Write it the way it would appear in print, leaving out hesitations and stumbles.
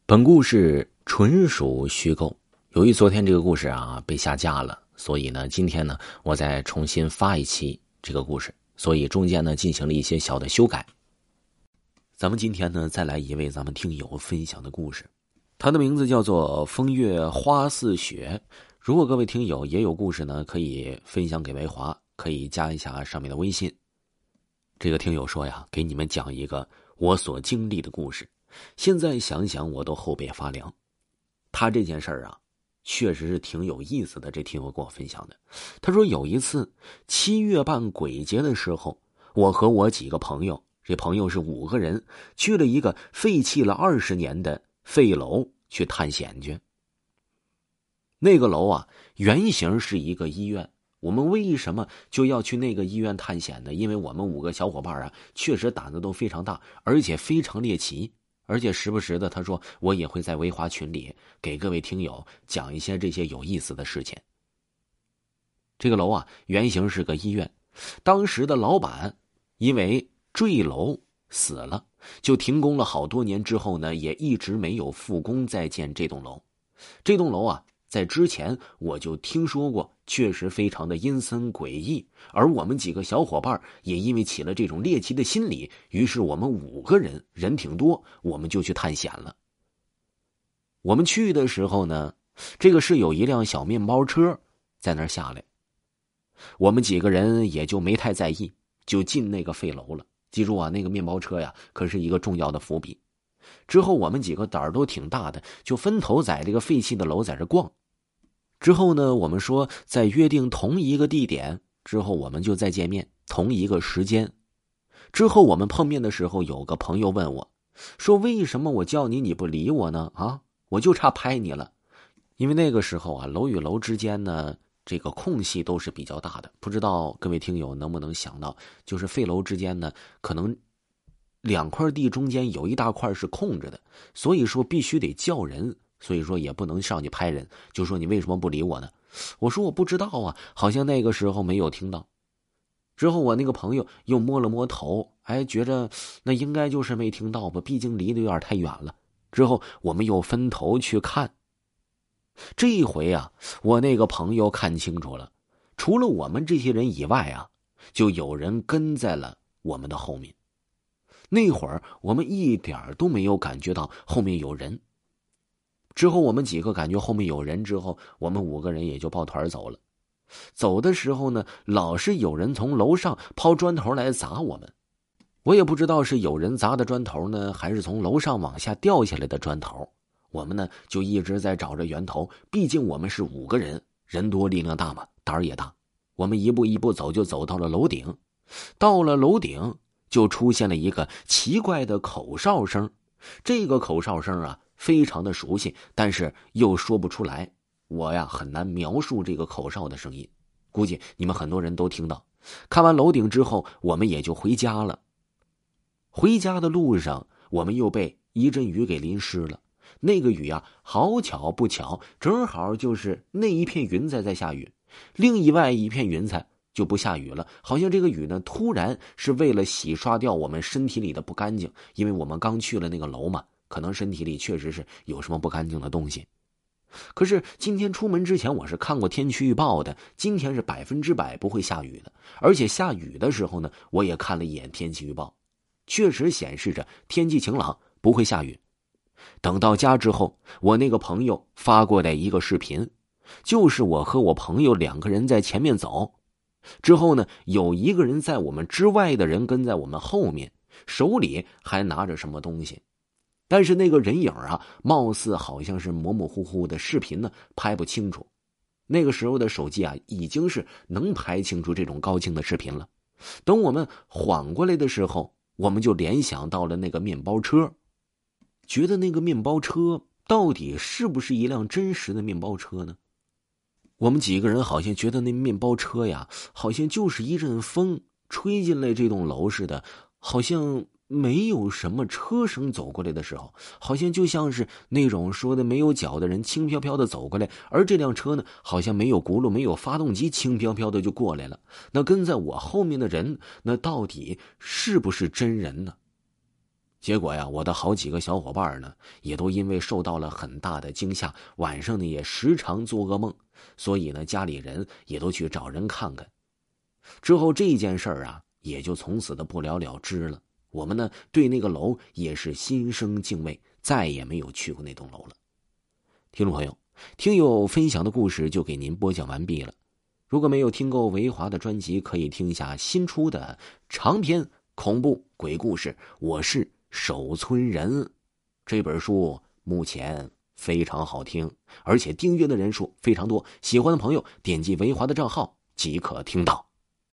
本故事纯属虚构，由于昨天这个故事被下架了，所以呢今天呢我再重新发一期这个故事，所以中间呢进行了一些小的修改。咱们今天呢再来一位咱们听友分享的故事，他的名字叫做风月花似雪。如果各位听友也有故事呢，可以分享给维华，可以加一下上面的微信。这个听友说呀，给你们讲一个我所经历的故事，现在想想我都后背发凉。他这件事儿确实是挺有意思的，这听友跟我分享的。他说有一次7月半鬼节的时候，我和我几个朋友，这朋友是5个人，去了一个废弃了20年的废楼去探险去。那个楼原型是一个医院。我们为什么就要去那个医院探险呢？因为我们5个小伙伴确实胆子都非常大，而且非常猎奇，而且时不时的他说我也会在维华群里给各位听友讲一些这些有意思的事情。这个楼原型是个医院，当时的老板因为坠楼死了，就停工了好多年之后呢，也一直没有复工再建这栋楼。这栋楼在之前我就听说过，确实非常的阴森诡异，而我们几个小伙伴也因为起了这种猎奇的心理，于是我们5个人，人挺多，我们就去探险了。我们去的时候呢，这个是有一辆小面包车在那儿下来，我们几个人也就没太在意，就进那个废楼了。记住那个面包车可是一个重要的伏笔。之后我们几个胆儿都挺大的，就分头在这个废弃的楼在这逛。之后呢，我们说在约定同一个地点之后，我们就再见面，同一个时间。之后我们碰面的时候，有个朋友问我说，为什么我叫你你不理我呢？我就差拍你了。因为那个时候楼与楼之间呢，这个空隙都是比较大的，不知道各位听友能不能想到，就是废楼之间呢，可能2块地中间有一大块是空着的，所以说必须得叫人，所以说也不能上去拍人，就说你为什么不理我呢？我说我不知道好像那个时候没有听到。之后我那个朋友又摸了摸头，觉着那应该就是没听到吧，毕竟离得有点太远了。之后我们又分头去看。这一回我那个朋友看清楚了，除了我们这些人以外就有人跟在了我们的后面。那会儿我们一点都没有感觉到后面有人。之后我们几个感觉后面有人之后，我们5个人也就抱团走了。走的时候呢，老是有人从楼上抛砖头来砸我们。我也不知道是有人砸的砖头呢，还是从楼上往下掉下来的砖头。我们呢就一直在找着源头，毕竟我们是5个人，人多力量大嘛，胆儿也大。我们一步一步走，就走到了楼顶。到了楼顶就出现了一个奇怪的口哨声，这个口哨声非常的熟悉，但是又说不出来。我很难描述这个口哨的声音，估计你们很多人都听到。看完楼顶之后，我们也就回家了。回家的路上，我们又被一阵雨给淋湿了。那个雨好巧不巧，正好就是那一片云彩在下雨，另外一片云彩就不下雨了。好像这个雨呢，突然是为了洗刷掉我们身体里的不干净，因为我们刚去了那个楼嘛，可能身体里确实是有什么不干净的东西。可是今天出门之前我是看过天气预报的，今天是100%不会下雨的，而且下雨的时候呢，我也看了一眼天气预报，确实显示着天气晴朗，不会下雨。等到家之后，我那个朋友发过来一个视频，就是我和我朋友2个人在前面走，之后呢，有一个人在我们之外的人跟在我们后面，手里还拿着什么东西，但是那个人影貌似好像是模模糊糊的，视频呢拍不清楚。那个时候的手机已经是能拍清楚这种高清的视频了。等我们缓过来的时候，我们就联想到了那个面包车，觉得那个面包车到底是不是一辆真实的面包车呢？我们几个人好像觉得那面包车好像就是一阵风吹进来这栋楼似的，好像没有什么车声走过来的时候，好像就像是那种说的没有脚的人轻飘飘的走过来，而这辆车呢，好像没有轱辘没有发动机，轻飘飘的就过来了。那跟在我后面的人，那到底是不是真人呢？ 结果呀，我的好几个小伙伴呢，也都因为受到了很大的惊吓，晚上呢也时常做噩梦，所以呢家里人也都去找人看看。之后这件事儿啊，也就从此的不了了之了。我们呢对那个楼也是心生敬畏，再也没有去过那栋楼了。听众朋友，听友分享的故事就给您播讲完毕了。如果没有听够维华的专辑，可以听一下新出的长篇恐怖鬼故事《我是守村人》。这本书目前非常好听，而且订阅的人数非常多，喜欢的朋友点击维华的账号即可听到。